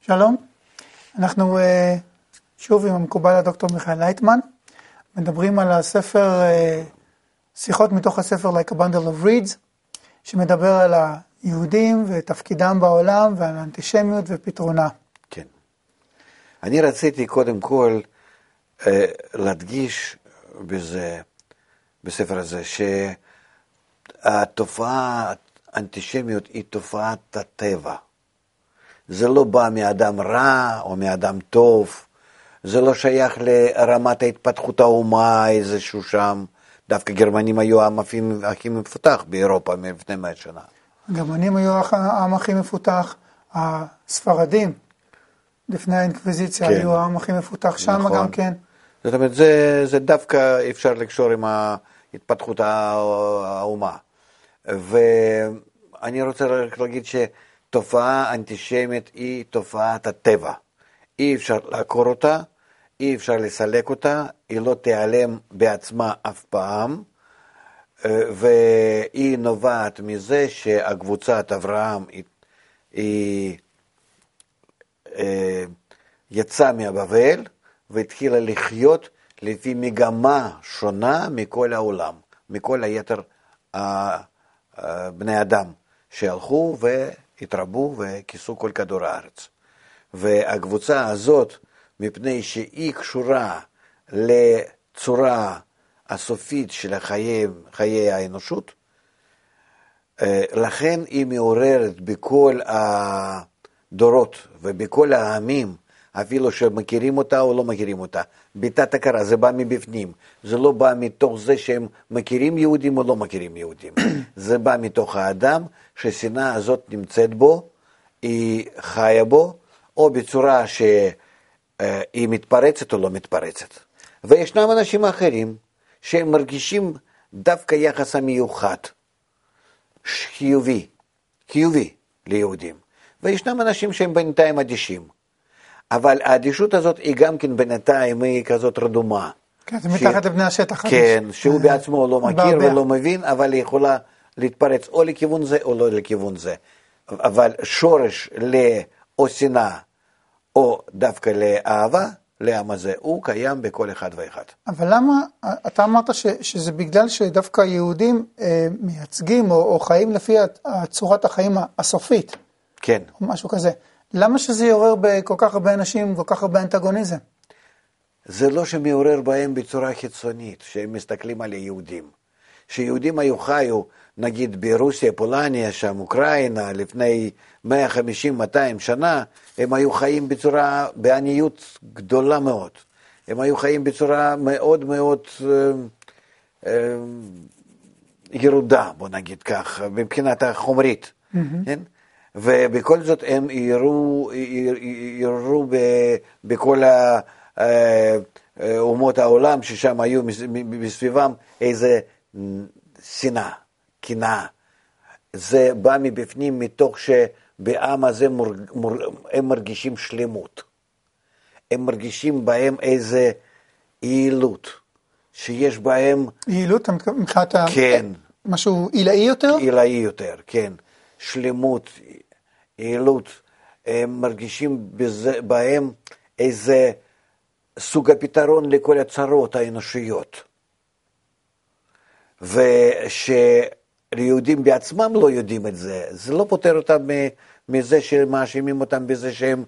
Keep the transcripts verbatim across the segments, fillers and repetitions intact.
שלום, אנחנו שוב עם המקובל הדוקטור מיכאל לייטמן, מדברים על הספר, שיחות מתוך הספר Like a Bundle of Reeds, שמדבר על היהודים ותפקידם בעולם ועל האנטישמיות ופתרונה. כן. אני רציתי קודם כל אה, להדגיש בזה, בספר הזה, שהתופעה האנטישמיות היא תופעת הטבע. זה לא בא מאדם רע או מאדם טוב, זה לא שייך לרמת ההתפתחות האומה איזשהו שם, דווקא גרמנים היו העם הכי מפותח באירופה מלפני מאה שנה. הגרמנים היו העם הכי מפותח, הספרדים לפני האינקוויזיציה כן. היו העם הכי מפותח שם נכון. גם כן. זאת אומרת, זה, זה דווקא אפשר לקשור עם ההתפתחות האומה. ואני רוצה להגיד ש... תופעה אנטישמית היא תופעת הטבע. אי אפשר לעקור אותה, אי אפשר לסלק אותה, היא לא תיעלם בעצמה אף פעם, והיא נובעת מזה שהקבוצת אברהם היא, היא יצאה מהבבל, והתחילה לחיות לפי מגמה שונה מכל העולם, מכל היתר בני אדם שהלכו ו... התרבו וכיסו כל כדור הארץ. והקבוצה הזאת, מפני שהיא קשורה לצורה הסופית של החיי, חיי האנושות, לכן היא מעוררת בכל הדורות ובכל העמים, אפילו שמכירים אותה או לא מכירים אותה. בתת הכרה, זה בא מבפנים. זה לא בא מתוך זה שהם מכירים יהודים או לא מכירים יהודים. זה בא מתוך האדם שהשנאה הזאת נמצאת בו, היא חיה בו, או בצורה שהיא מתפרצת או לא מתפרצת. וישנם אנשים אחרים שהם מרגישים דווקא יחס המיוחד, חיובי, חיובי ליהודים. וישנם אנשים שהם בינתיים אדישים. אבל האדישות הזאת היא גם כן בינתיים היא כזאת רדומה. כן, זה מתחת לבני השטח. כן, שהוא בעצמו לא מכיר ולא מבין, אבל היא יכולה להתפרץ או לכיוון זה או לא לכיוון זה. אבל שורש לאו שנאה או דווקא לאהבה, לעם הזה, הוא קיים בכל אחד ואחד. אבל למה, אתה אמרת ש, שזה בגלל שדווקא יהודים אה, מייצגים או, או חיים לפי צורת החיים הסופית. כן. או משהו כזה. למה שזה יעורר בכל כך הרבה אנשים, כל כך הרבה אנטגוניזם? זה לא שמעורר בהם בצורה חיצונית, שהם מסתכלים על היהודים. שיהודים היו חיו, נגיד ברוסיה, פולניה, שם אוקראינה, לפני מאה וחמישים מאתיים שנה, הם היו חיים בצורה, בעניות גדולה מאוד. הם היו חיים בצורה מאוד מאוד אה, אה, ירודה, בוא נגיד כך, מבחינת החומרית. Mm-hmm. כן? ובכל זאת הם יראו, יראו בכל אומות העולם ששם היו בסביבם איזה שנאה, קנאה. זה בא מבפנים מתוך שבעם הזה מור, מור, הם מרגישים שלמות. הם מרגישים בהם איזה יעילות, שיש בהם... יעילות מבחינת כן. משהו עילאי יותר? עילאי יותר, כן. שלמות, יעילות, הם מרגישים בזה, בהם איזה סוג הפתרון לכל הצרות האנושיות. ושיהודים בעצמם לא יודעים את זה, זה לא פותר אותם מזה שמאשימים אותם בזה שהם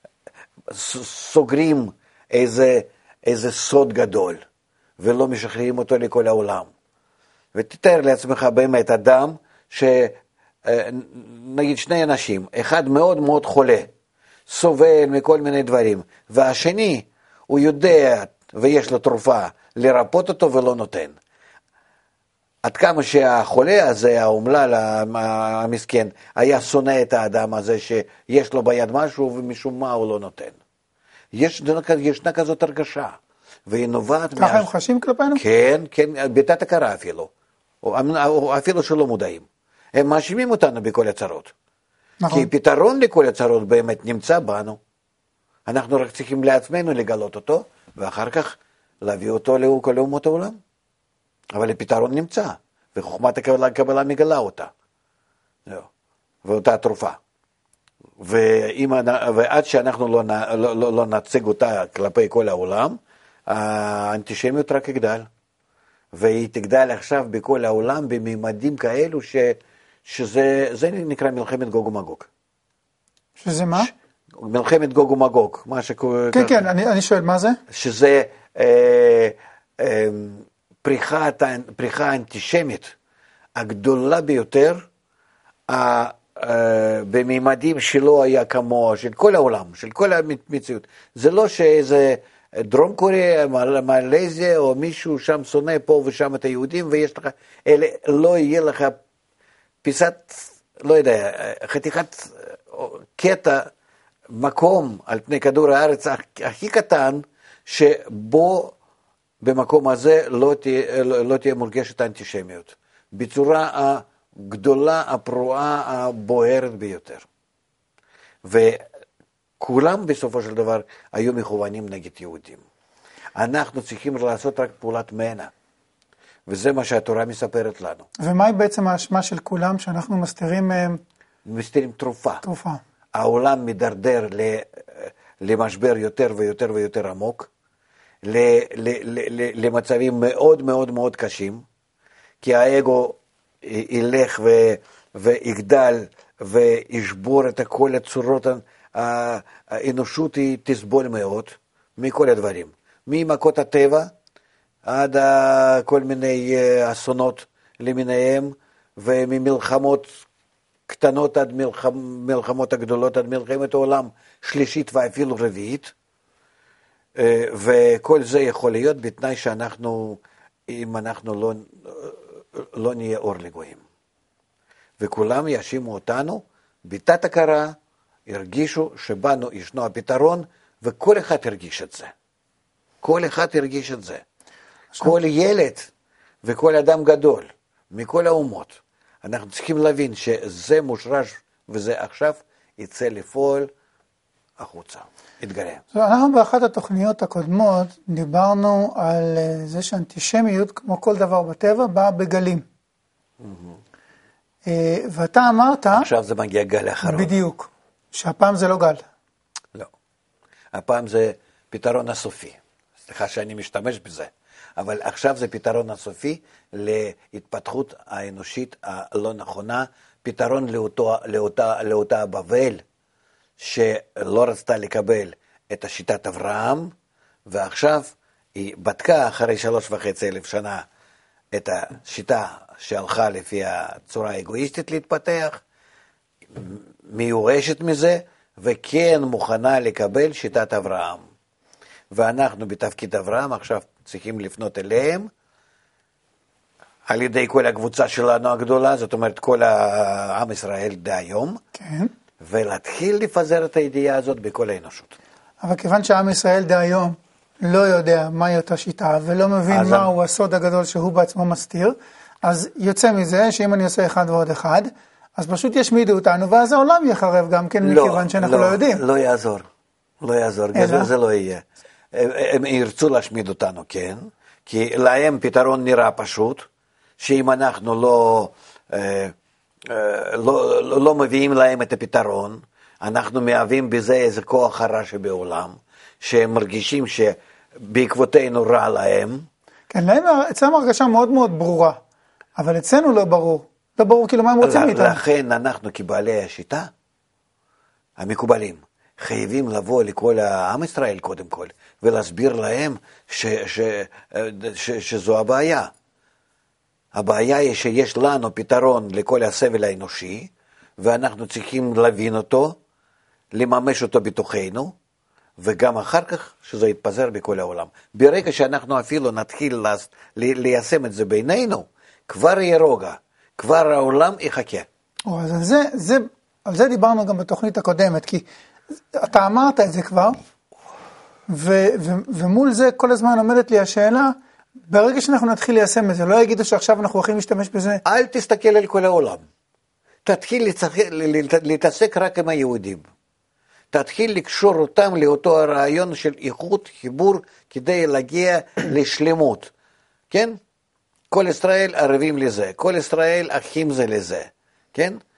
סוגרים איזה, איזה סוד גדול, ולא משחררים אותו לכל העולם. ותתאר לעצמך באמת אדם ש... נגיד שני אנשים, אחד מאוד מאוד חולה, סובל מכל מיני דברים, והשני הוא יודע ויש לו תרופה לרפות אותו ולא נותן. עד כמה שהחולה הזה, האומלל, המסכן, היה שונא את האדם הזה שיש לו ביד משהו ומשום מה הוא לא נותן. יש, ישנה כזאת הרגשה, והיא נובעת... ככה מה... הם חשים כלפינו? כן, כן, בתת הכרה אפילו, או אפילו שלא מודעים. הם מאשימים אותנו בכל הצרות. נכון. כי פתרון לכל הצרות באמת נמצא בנו. אנחנו רק צריכים לעצמנו לגלות אותו, ואחר כך להביא אותו לכל אומות העולם. אבל הפתרון נמצא, וחוכמת הקבלה מגלה אותה. ואותה תרופה. ואם, ועד שאנחנו לא, לא, לא, לא נציג אותה כלפי כל העולם, האנטישמיות רק יגדל. והיא תגדל עכשיו בכל העולם בממדים כאלו ש, שזה זה נקרא מלחמת גוג ומגוג. שזה מה? ש, מלחמת גוג ומגוג. מה שקורה, כן, כן, אני, אני שואל, מה זה? שזה אה, אה, פריחה, פריחה אנטישמית הגדולה ביותר, אה, אה, בממדים שלא היה כמוה, של כל העולם, של כל המציאות. זה לא שאיזה דרום קוריאה, מלזיה, או מישהו שם שונא פה ושם את היהודים, ויש לך, אלה, לא יהיה לך פיסת, לא יודע, חתיכת קטע, מקום על פני כדור הארץ הכי קטן, שבו במקום הזה לא תהיה, לא תהיה מורגשת האנטישמיות. בצורה הגדולה, הפרועה, הבוערת ביותר. וכולם בסופו של דבר היו מכוונים נגד יהודים. אנחנו צריכים לעשות רק פעולת מנע. וזה מה שהתורה מספרת לנו. ומהי בעצם האשמה של כולם שאנחנו מסתירים מהם? מסתירים תרופה. תרופה. העולם מדרדר למשבר יותר ויותר ויותר עמוק, למצבים מאוד מאוד מאוד קשים, כי האגו ילך ויגדל וישבור את כל הצורות, האנושות היא תסבול מאוד מכל הדברים, ממכות הטבע עד כל מיני אסונות למיניהם, וממלחמות קטנות עד מלחמ, מלחמות הגדולות, עד מלחמת העולם שלישית ואפילו רביעית, וכל זה יכול להיות בתנאי שאנחנו, אם אנחנו לא, לא נהיה אור לגויים. וכולם יאשימו אותנו, בתת הכרה, הרגישו שבנו ישנו הפתרון, וכל אחד הרגיש את זה. כל אחד הרגיש את זה. כל ילד וכל אדם גדול, מכל האומות. אנחנו צריכים להבין שזה מושרש וזה עכשיו יצא לפועל החוצה, יתגלה. אנחנו באחת התוכניות הקודמות דיברנו על זה שאנטישמיות, כמו כל דבר בטבע, באה בגלים. ואתה אמרת... עכשיו זה מגיע גל אחרון. בדיוק. שהפעם זה לא גל. לא. הפעם זה פתרון הסופי. סליחה שאני משתמש בזה. אבל עכשיו זה פתרון הסופי להתפתחות האנושית הלא נכונה, פתרון לאותו, לאותה, לאותה בבל, שלא רצתה לקבל את השיטת אברהם, ועכשיו היא בדקה אחרי שלוש וחצי אלף שנה את השיטה שהלכה לפי הצורה האגואיסטית להתפתח, מיורשת מזה, וכן מוכנה לקבל שיטת אברהם. ואנחנו בתפקיד אברהם עכשיו צריכים לפנות אליהם, על ידי כל הקבוצה שלנו הגדולה, זאת אומרת כל העם ישראל דהיום, כן. ולהתחיל לפזר את הידיעה הזאת בכל האנושות. אבל כיוון שהעם ישראל דהיום לא יודע מהי אותה שיטה, ולא מבין מהו הסוד הגדול שהוא בעצמו מסתיר, אז יוצא מזה שאם אני עושה אחד ועוד אחד, אז פשוט ישמידו אותנו, ואז העולם יחרב גם כן, לא, מכיוון שאנחנו לא, לא יודעים. לא יעזור, לא יעזור, גזר זה לא יהיה. הם ירצו להשמיד אותנו, כן, כי להם פתרון נראה פשוט, שאם אנחנו לא, אה, אה, לא, לא, לא מביאים להם את הפתרון, אנחנו מהווים בזה איזה כוח הרע שבעולם, שהם מרגישים שבעקבותינו רע להם. כן, להם, אצלם הרגשה מאוד מאוד ברורה, אבל אצלנו לא ברור. לא ברור כאילו מה הם רוצים מאיתנו. לכן אנחנו כבעלי השיטה, המקובלים, חייבים לבוא לכל העם ישראל קודם כל, ולהסביר להם ש, ש, ש, שזו הבעיה. הבעיה היא שיש לנו פתרון לכל הסבל האנושי, ואנחנו צריכים להבין אותו, לממש אותו בתוכנו, וגם אחר כך שזה יתפזר בכל העולם. ברגע שאנחנו אפילו נתחיל ליישם את זה בינינו, כבר יהיה רוגע, כבר העולם יחכה. אז על זה, זה, על זה דיברנו גם בתוכנית הקודמת, כי אתה אמרת את זה כבר, ו, ו, ומול זה כל הזמן עומדת לי השאלה, ברגע שאנחנו נתחיל ליישם את זה, לא יגידו שעכשיו אנחנו הולכים להשתמש בזה. אל תסתכל על כל העולם. תתחיל להתעסק רק עם היהודים. תתחיל לקשור אותם לאותו הרעיון של איכות, חיבור, כדי להגיע לשלמות. כן? כל ישראל ערבים לזה, כל ישראל אחים זה לזה. כן?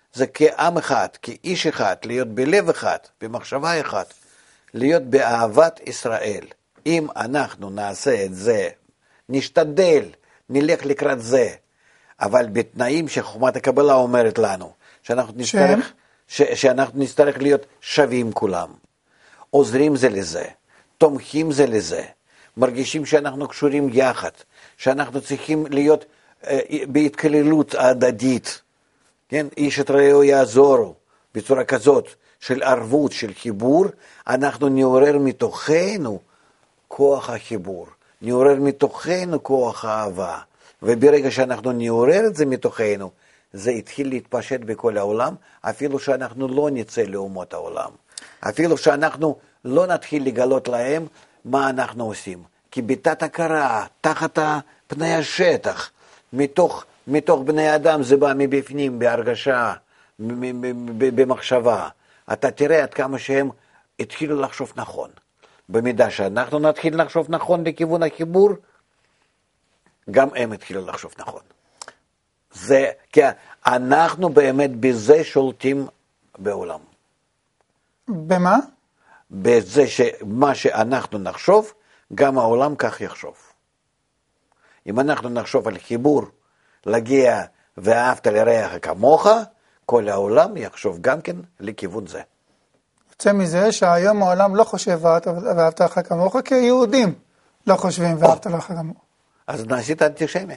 זה כעם אחד, כאיש אחד, להיות בלב אחד, במחשבה אחת, להיות באהבת ישראל. אם אנחנו נעשה את זה, נשתדל, נלך לקראת זה, אבל בתנאים שחוכמת הקבלה אומרת לנו, שאנחנו נצטרך, ש... שאנחנו נצטרך להיות שווים כולם, עוזרים זה לזה, תומכים זה לזה, מרגישים שאנחנו קשורים יחד, שאנחנו צריכים להיות אה, בהתכללות ההדדית, כן? איש את רעהו יעזורו, בצורה כזאת של ערבות, של חיבור, אנחנו נעורר מתוכנו כוח החיבור, נעורר מתוכנו כוח האהבה, וברגע שאנחנו נעורר את זה מתוכנו, זה התחיל להתפשט בכל העולם, אפילו שאנחנו לא נצא לאומות העולם, אפילו שאנחנו לא נתחיל לגלות להם מה אנחנו עושים, כי בתת הכרה, תחת פני השטח, מתוך, מתוך בני אדם זה בא מבפנים, בהרגשה, במחשבה, אתה תראה עד כמה שהם התחילו לחשוב נכון. במידה שאנחנו נתחיל לחשוב נכון לכיוון החיבור, גם הם התחילו לחשוב נכון. זה, כי אנחנו באמת בזה שולטים בעולם. במה? בזה שמה שאנחנו נחשוב, גם העולם כך יחשוב. אם אנחנו נחשוב על חיבור, להגיע ואהבת לרעך כמוך, כל העולם יחשוב גם כן לכיוון זה. יוצא מזה שהיום העולם לא חושב ואהבת לך כמוך, כי יהודים לא חושבים ואהבת לך כמוך. אז נעשית אנטישמי.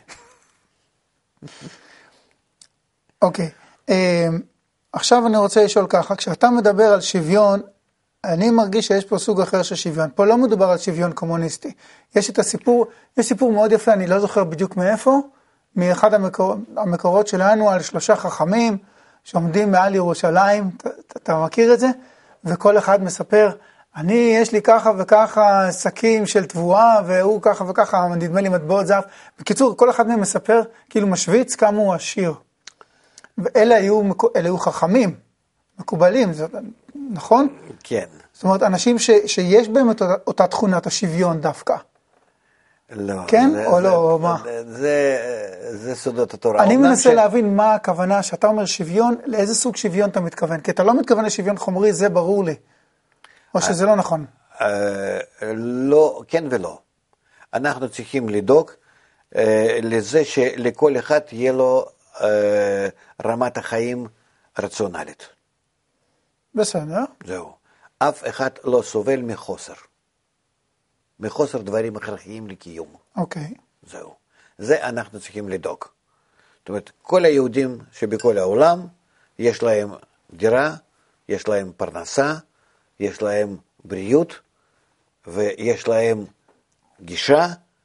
אוקיי, עכשיו אני רוצה לשאול ככה, כשאתה מדבר על שוויון, אני מרגיש שיש פה סוג אחר של שוויון. פה לא מדובר על שוויון קומוניסטי. יש את הסיפור, יש סיפור מאוד יפה, אני לא זוכר בדיוק מאיפה, מאחד המקור, המקורות שלנו על שלושה חכמים שעומדים מעל ירושלים, אתה, אתה מכיר את זה? וכל אחד מספר, אני, יש לי ככה וככה שקים של תבואה, והוא ככה וככה, נדמה לי מטבעות זהב. בקיצור, כל אחד מהם מספר, כאילו משוויץ כמה הוא עשיר. ואלה היו, אלה היו חכמים, מקובלים, זה, נכון? כן. זאת אומרת, אנשים ש, שיש בהם אותה, אותה תכונת השוויון דווקא. לא. כן זה, או זה, לא, או מה? זה, זה, זה סודות התורה. אני מנסה ש... להבין מה הכוונה, שאתה אומר שוויון, לאיזה סוג שוויון אתה מתכוון? כי אתה לא מתכוון לשוויון חומרי, זה ברור לי. או שזה לא נכון? לא, כן ולא. אנחנו צריכים לדאוג לזה שלכל אחד יהיה לו רמת החיים רציונלית. בסדר. זהו. אף אחד לא סובל מחוסר. מחוסר דברים הכרחיים לקיום. אוקיי. זהו. זה אנחנו צריכים לדאוג. זאת אומרת, כל היהודים שבכל העולם, יש להם דירה, יש להם פרנסה, יש להם בריאות, ויש להם גישה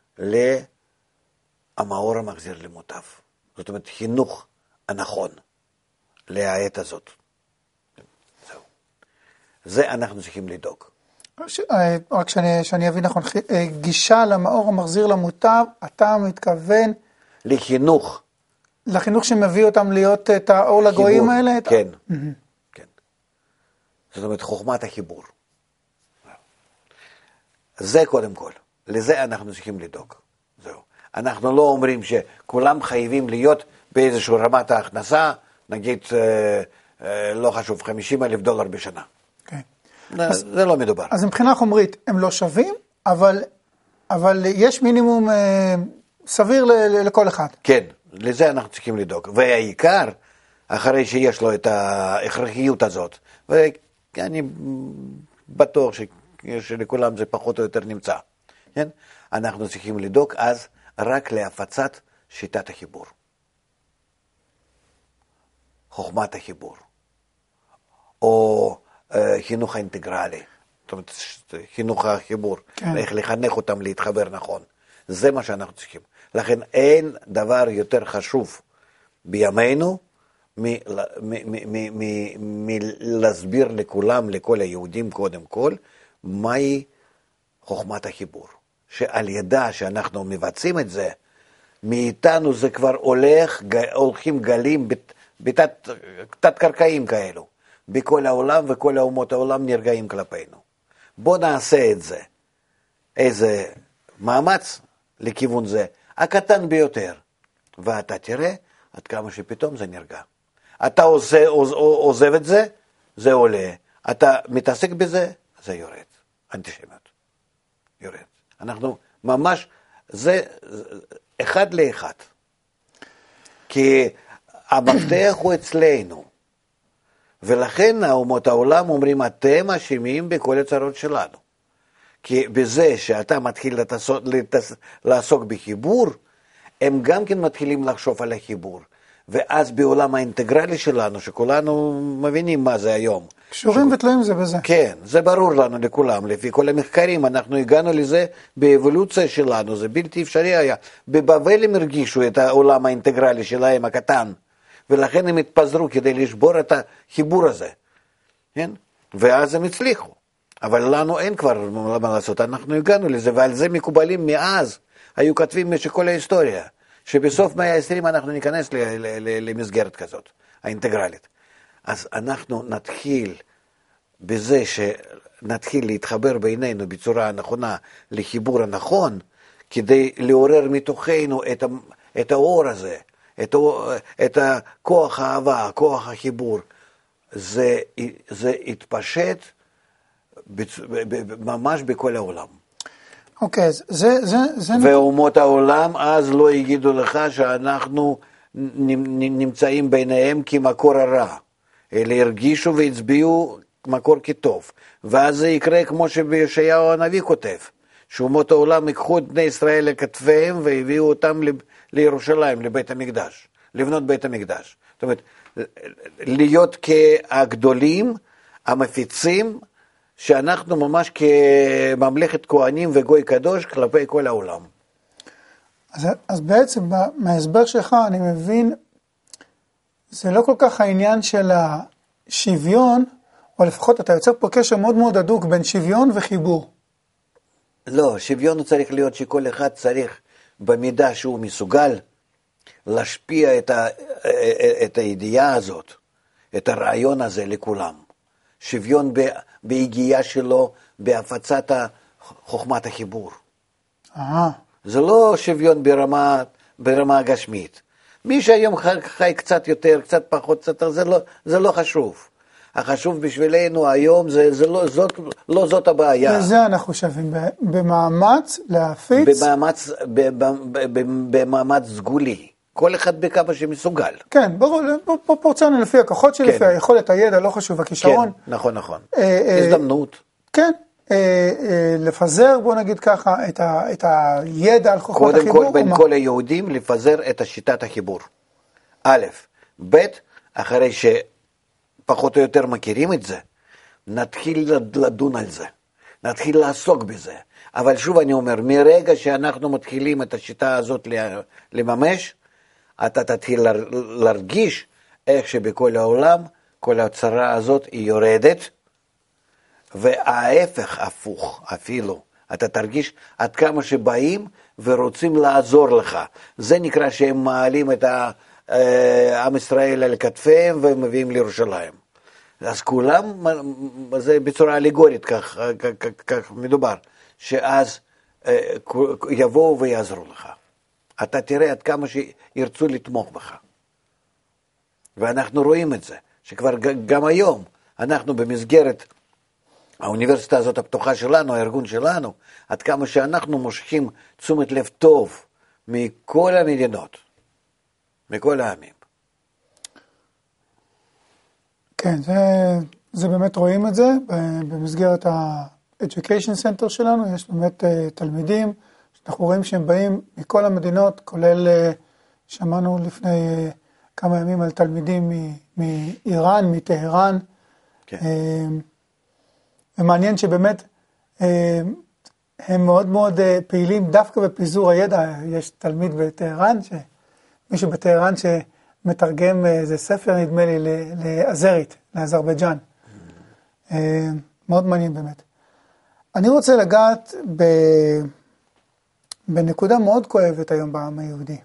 למאור המחזיר למוטב. זאת אומרת, חינוך הנכון לעת הזאת. זהו. זה אנחנו צריכים לדאוג. רק שאני, שאני אבין נכון, גישה למאור המחזיר למוטב, אתה מתכוון... לחינוך. לחינוך שמביא אותם להיות את האור לגויים האלה? כן, כן. זאת אומרת, חוכמת החיבור. זה קודם כל. לזה אנחנו צריכים לדאוג. זהו. אנחנו לא אומרים שכולם חייבים להיות באיזושהי רמת ההכנסה, נגיד, לא חשוב, חמישים אלף דולר בשנה. כן. זה, זה לא מדובר. אז מבחינה חומרית הם לא שווים, אבל, אבל יש מינימום אה, סביר ל, ל, לכל אחד. כן, לזה אנחנו צריכים לדאוג. והעיקר, אחרי שיש לו את ההכרחיות הזאת, ואני בטוח ש, שלכולם זה פחות או יותר נמצא, כן? אנחנו צריכים לדאוג אז רק להפצת שיטת החיבור. חוכמת החיבור. או חינוך האינטגרלי, זאת אומרת, חינוך החיבור, כן. איך לחנך אותם להתחבר נכון. זה מה שאנחנו צריכים. לכן אין דבר יותר חשוב בימינו מלהסביר לכולם, לכל היהודים קודם כל, מהי חוכמת החיבור. שעל ידה שאנחנו מבצעים את זה, מאיתנו זה כבר הולך, הולכים גלים בתת, תת קרקעים כאלו. בכל העולם וכל האומות העולם נרגעים כלפינו. בוא נעשה את זה. איזה מאמץ לכיוון זה, הקטן ביותר. ואתה תראה עד כמה שפתאום זה נרגע. אתה עושה, עוז, עוזב את זה, זה עולה. אתה מתעסק בזה, זה יורד. אנטישמיות. יורד. אנחנו ממש, זה אחד לאחד. כי המפתח הוא אצלנו. ולכן אומות העולם אומרים, אתם אשמים בכל הצרות שלנו. כי בזה שאתה מתחיל לתסות, לתס, לעסוק בחיבור, הם גם כן מתחילים לחשוב על החיבור. ואז בעולם האינטגרלי שלנו, שכולנו מבינים מה זה היום. קשורים ש... ותלויים זה בזה. כן, זה ברור לנו לכולם. לפי כל המחקרים, אנחנו הגענו לזה באבולוציה שלנו, זה בלתי אפשרי היה. בבבל הם הרגישו את העולם האינטגרלי שלהם הקטן, ולכן הם התפזרו כדי לשבור את החיבור הזה. כן? ואז הם הצליחו. אבל לנו אין כבר מה לעשות, אנחנו הגענו לזה, ועל זה מקובלים מאז, היו כתבים משך כל ההיסטוריה. שבסוף מאה ה-עשרים אנחנו ניכנס למסגרת כזאת, האינטגרלית. אז אנחנו נתחיל בזה שנתחיל להתחבר בינינו בצורה הנכונה לחיבור הנכון, כדי לעורר מתוכנו את, את האור הזה, את, את הכוח האהבה, כוח החיבור. זה, זה התפשט בצ, ממש בכל העולם. אוקיי, okay, זה, זה, זה... ואומות העולם אז לא יגידו לך שאנחנו נמצאים ביניהם כמקור הרע, אלא הרגישו והצביעו מקור כטוב. ואז זה יקרה כמו שבישעיהו הנביא כותב, שאומות העולם ייקחו את בני ישראל לכתפיהם והביאו אותם לירושלים, לבית המקדש, לבנות בית המקדש. זאת אומרת, להיות כהגדולים, המפיצים, שאנחנו ממש כממלכת כהנים וגוי קדוש כלפי כל העולם. אז, אז בעצם מההסבר שלך אני מבין, זה לא כל כך העניין של השוויון, או לפחות אתה יוצר פה קשר מאוד מאוד הדוק בין שוויון וחיבור. לא, שוויון הוא צריך להיות שכל אחד צריך במידה שהוא מסוגל להשפיע את, ה, את הידיעה הזאת, את הרעיון הזה לכולם. שוויון בהגיעה שלו, בהפצת חוכמת החיבור. אה. זה לא שוויון ברמה, ברמה הגשמית. מי שהיום חי, חי קצת יותר, קצת פחות, קצת, זה לא, זה לא חשוב. החשוב בשבילנו היום, זה, זה לא, זאת, לא זאת הבעיה. וזה אנחנו שווים, במאמץ להפיץ. במאמץ, במאמץ סגולי. כל אחד בכמה שמסוגל. כן, ברור, פרופורציונלי לפי הכוחות שלי, לפי היכולת, הידע, לא חשוב, הכישרון. כן, נכון, נכון. הזדמנות. כן, לפזר, בוא נגיד ככה, את הידע על חוכמת החיבור. קודם כל, בין כל היהודים, לפזר את שיטת החיבור. א', ב', אחרי שפחות או יותר מכירים את זה, נתחיל לדון על זה, נתחיל לעסוק בזה. אבל שוב אני אומר, מרגע שאנחנו מתחילים את השיטה הזאת לממש, אתה תתחיל להרגיש איך שבכל העולם, כל הצרה הזאת היא יורדת, וההפך הפוך אפילו. אתה תרגיש עד כמה שבאים ורוצים לעזור לך. זה נקרא שהם מעלים את עם ישראל על כתפיהם ומביאים לירושלים. אז כולם, זה בצורה אלגורית, כך, כך, כך מדובר, שאז יבואו ויעזרו לך. אתה תראה עד כמה שירצו לתמוך בך. ואנחנו רואים את זה, שכבר גם היום, אנחנו במסגרת האוניברסיטה הזאת הפתוחה שלנו, הארגון שלנו, עד כמה שאנחנו מושכים תשומת לב טוב מכל המדינות, מכל העמים. כן, זה, זה באמת רואים את זה, במסגרת ה-Education Center שלנו, יש באמת תלמידים, אנחנו רואים שהם באים מכל המדינות, כולל שמענו לפני כמה ימים על תלמידים מאיראן, מטהרן, כן. ומעניין שבאמת הם מאוד מאוד פעילים דווקא בפיזור הידע. יש תלמיד בטהרן, מישהו בטהרן שמתרגם איזה ספר, נדמה לי, לאזרית, לאזרבייג'אן. מאוד מעניין באמת. אני רוצה לגעת ב... בנקודה מאוד כואבת היום בעם היהודי.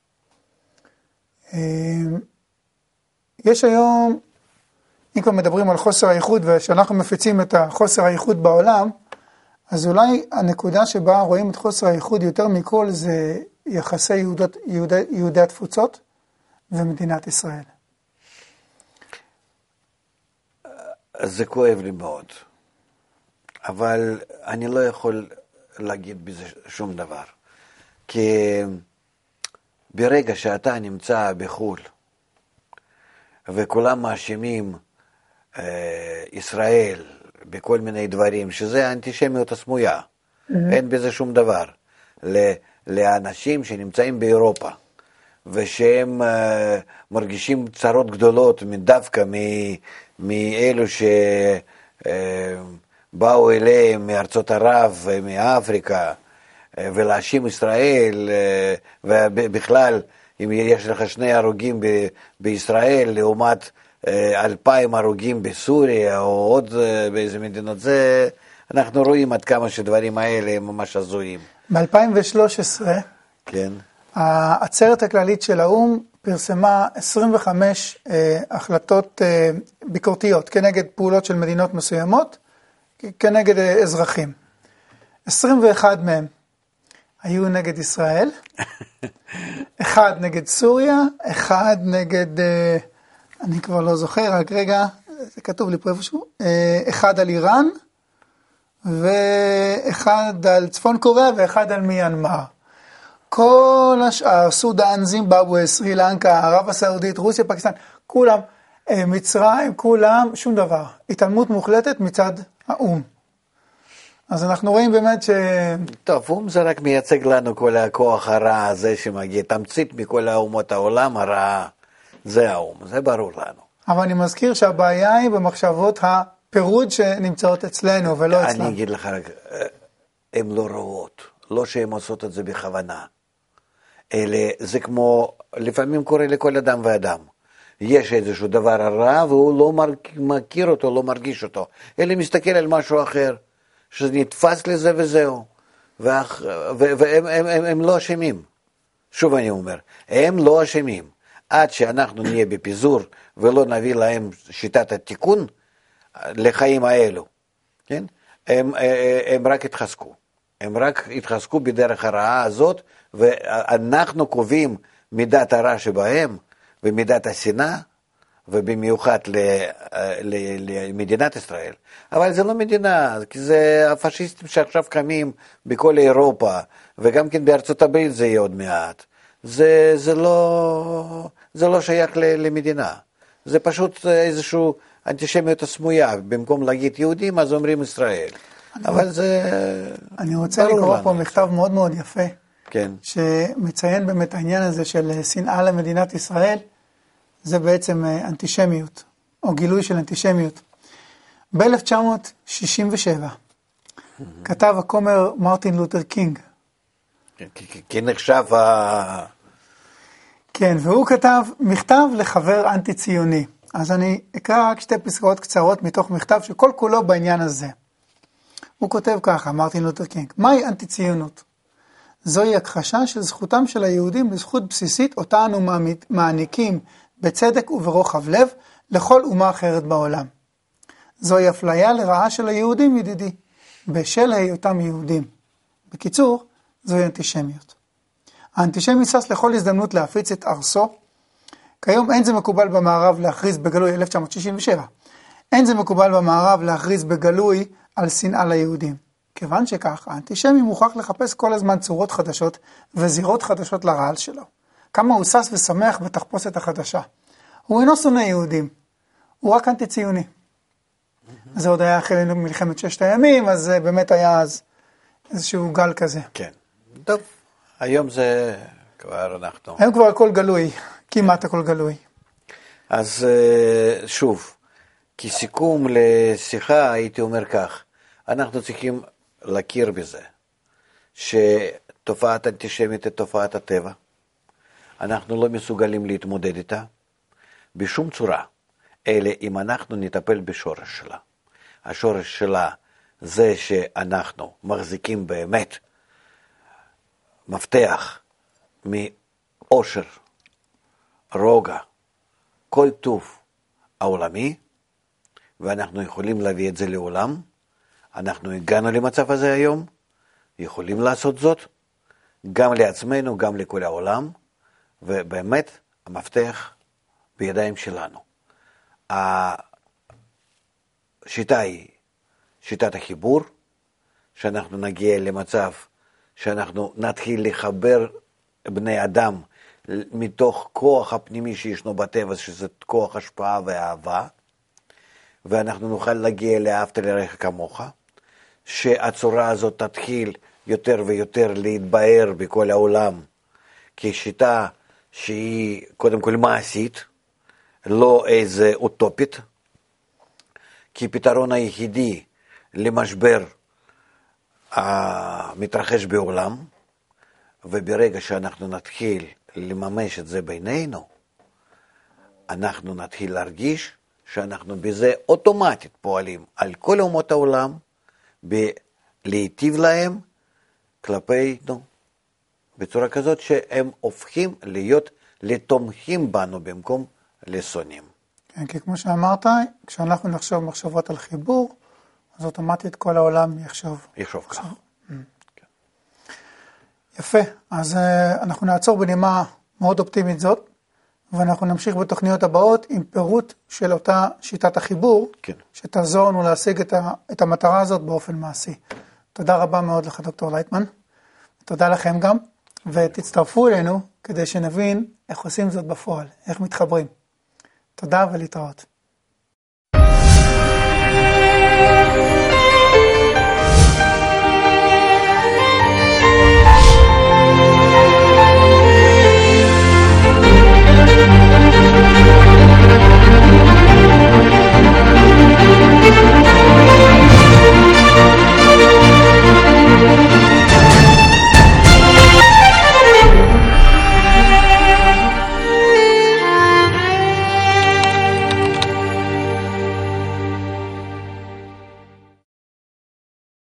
יש היום, אם כבר מדברים על חוסר הייחוד, ושאנחנו מפיצים את החוסר הייחוד בעולם, אז אולי הנקודה שבה רואים את חוסר הייחוד יותר מכל, זה יחסי יהודות, יהודי, יהודי התפוצות ומדינת ישראל. זה כואב לי מאוד, אבל אני לא יכול להגיד בזה שום דבר, כי ברגע שאתה נמצא בחול, וכולם מאשימים אה, ישראל בכל מיני דברים, שזה האנטישמיות הסמויה, mm-hmm. אין בזה שום דבר, לאנשים שנמצאים באירופה, ושהם uh, מרגישים צרות גדולות דווקא מאלו שבאו uh, אליהם מארצות ערב ומאפריקה, uh, ולהאשים ישראל, uh, ובכלל אם יש לך שני הרוגים ב- בישראל לעומת uh, אלפיים הרוגים בסוריה או עוד uh, באיזה מדינות, זה אנחנו רואים עד כמה שדברים האלה הם ממש הזויים. ב-אלפיים ושלוש עשרה כן. העצרת הכללית של האו"ם פרסמה עשרים וחמש אה, החלטות אה, ביקורתיות כנגד פעולות של מדינות מסוימות, כנגד אה, אזרחים. עשרים ואחת מהם היו נגד ישראל, אחד נגד סוריה, אחד נגד, אה, אני כבר לא זוכר, רק רגע, זה כתוב לי פה איפשהו, אה, אחד על איראן, ואחד על צפון קוריאה ואחד על מיינמר. כל השאר, סודן, זימבבואה, סרי לנקה, ערב הסעודית, רוסיה, פקיסטן, כולם, מצרים, כולם, שום דבר. התעלמות מוחלטת מצד האו"ם. אז אנחנו רואים באמת ש... טוב, או"ם זה רק מייצג לנו כל הכוח הרע הזה שמגיע, תמצית מכל האומות העולם הרע, זה האו"ם, זה ברור לנו. אבל אני מזכיר שהבעיה היא במחשבות הפירוד שנמצאות אצלנו ולא אצלנו. אני אגיד לך רק, הן לא רואות, לא שהן עושות את זה בכוונה. אלה, זה כמו, לפעמים קורה לכל אדם ואדם. יש איזשהו דבר רע והוא לא מכיר אותו, לא מרגיש אותו. אלא מסתכל על משהו אחר, שנתפס לזה וזהו. ואח, ו, והם הם, הם, הם לא אשמים. שוב אני אומר, הם לא אשמים. עד שאנחנו נהיה בפיזור ולא נביא להם שיטת התיקון לחיים האלו. כן? הם, הם רק התחזקו. הם רק התחזקו בדרך הרעה הזאת, ואנחנו קובעים מידת הרע שבהם, ומידת השנאה, ובמיוחד למדינת ישראל. אבל זה לא מדינה, כי זה הפשיסטים שעכשיו קמים בכל אירופה, וגם כן בארצות הברית זה יהיה עוד מעט. זה, זה, לא, זה לא שייך למדינה. זה פשוט איזשהו אנטישמיות הסמויה. במקום להגיד יהודים, אז אומרים ישראל. אבל זה... אני רוצה לקרוא פה מכתב מאוד מאוד יפה, כן. שמציין באמת העניין הזה של שנאה למדינת ישראל, זה בעצם אנטישמיות, או גילוי של אנטישמיות. ב-אלף תשע מאות שישים ושבע כתב הכומר מרטין לותר קינג. כי נחשב ה... כן, והוא כתב מכתב לחבר אנטי-ציוני. אז אני אקרא רק שתי פסקאות קצרות מתוך מכתב שכל כולו בעניין הזה. הוא כותב ככה, מרטין לותר קינג, מהי אנטי-ציונות? זוהי הכחשה של זכותם של היהודים לזכות בסיסית אותה אנו מעניקים בצדק וברוחב לב לכל אומה אחרת בעולם. זוהי אפליה לרעה של היהודים, ידידי, בשל היותם יהודים. בקיצור, זוהי אנטישמיות. האנטישמי שש לכל הזדמנות להפיץ את ארסו. כיום אין זה מקובל במערב להכריז בגלוי, אלף תשע מאות שישים ושבע, אין זה מקובל במערב להכריז בגלוי על שנאה ליהודים. כיוון שכך, האנטישמי מוכרח לחפש כל הזמן צורות חדשות וזירות חדשות לרעל שלו. כמה הוא שש ושמח בתחפושת החדשה. הוא אינו שונא יהודים, הוא רק אנטי-ציוני. זה עוד היה אחרי מלחמת ששת הימים, אז באמת היה אז איזשהו גל כזה. כן, טוב, היום זה כבר אנחנו... היום כבר הכל גלוי, כמעט הכל גלוי. אז שוב, כסיכום לשיחה הייתי אומר כך, אנחנו צריכים להכיר בזה, שתופעת אנטישמית היא תופעת הטבע, אנחנו לא מסוגלים להתמודד איתה בשום צורה, אלא אם אנחנו נטפל בשורש שלה. השורש שלה זה שאנחנו מחזיקים באמת מפתח מאושר, רוגע, כל טוב העולמי, ואנחנו יכולים להביא את זה לעולם. אנחנו הגענו למצב הזה היום, יכולים לעשות זאת, גם לעצמנו, גם לכל העולם, ובאמת המפתח בידיים שלנו. השיטה היא שיטת החיבור, שאנחנו נגיע למצב שאנחנו נתחיל לחבר בני אדם מתוך כוח הפנימי שישנו בטבע, שזה כוח השפעה ואהבה, ואנחנו נוכל להגיע לאהבת לרעך כמוך, שהצורה הזאת תתחיל יותר ויותר להתבהר בכל העולם, כשיטה שהיא קודם כל מעשית, לא איזה אוטופית, כי פתרון היחידי למשבר המתרחש בעולם, וברגע שאנחנו נתחיל לממש את זה בינינו, אנחנו נתחיל להרגיש שאנחנו בזה אוטומטית פועלים על כל אומות העולם, בלהיטיב להם כלפינו, בצורה כזאת שהם הופכים להיות לתומכים בנו במקום לשונאים. כן, כי כמו שאמרת, כשאנחנו נחשוב מחשבות על חיבור, אז אוטומטית כל העולם יחשוב. יחשוב כך. יפה, אז uh, אנחנו נעצור בנימה מאוד אופטימית זאת, ואנחנו נמשיך בתוכניות הבאות עם פירוט של אותה שיטת החיבור, כן. שתעזור לנו להשיג את, ה, את המטרה הזאת באופן מעשי. תודה רבה מאוד לך דוקטור לייטמן, תודה לכם גם, ותצטרפו אלינו כדי שנבין איך עושים זאת בפועל, איך מתחברים. תודה ולהתראות.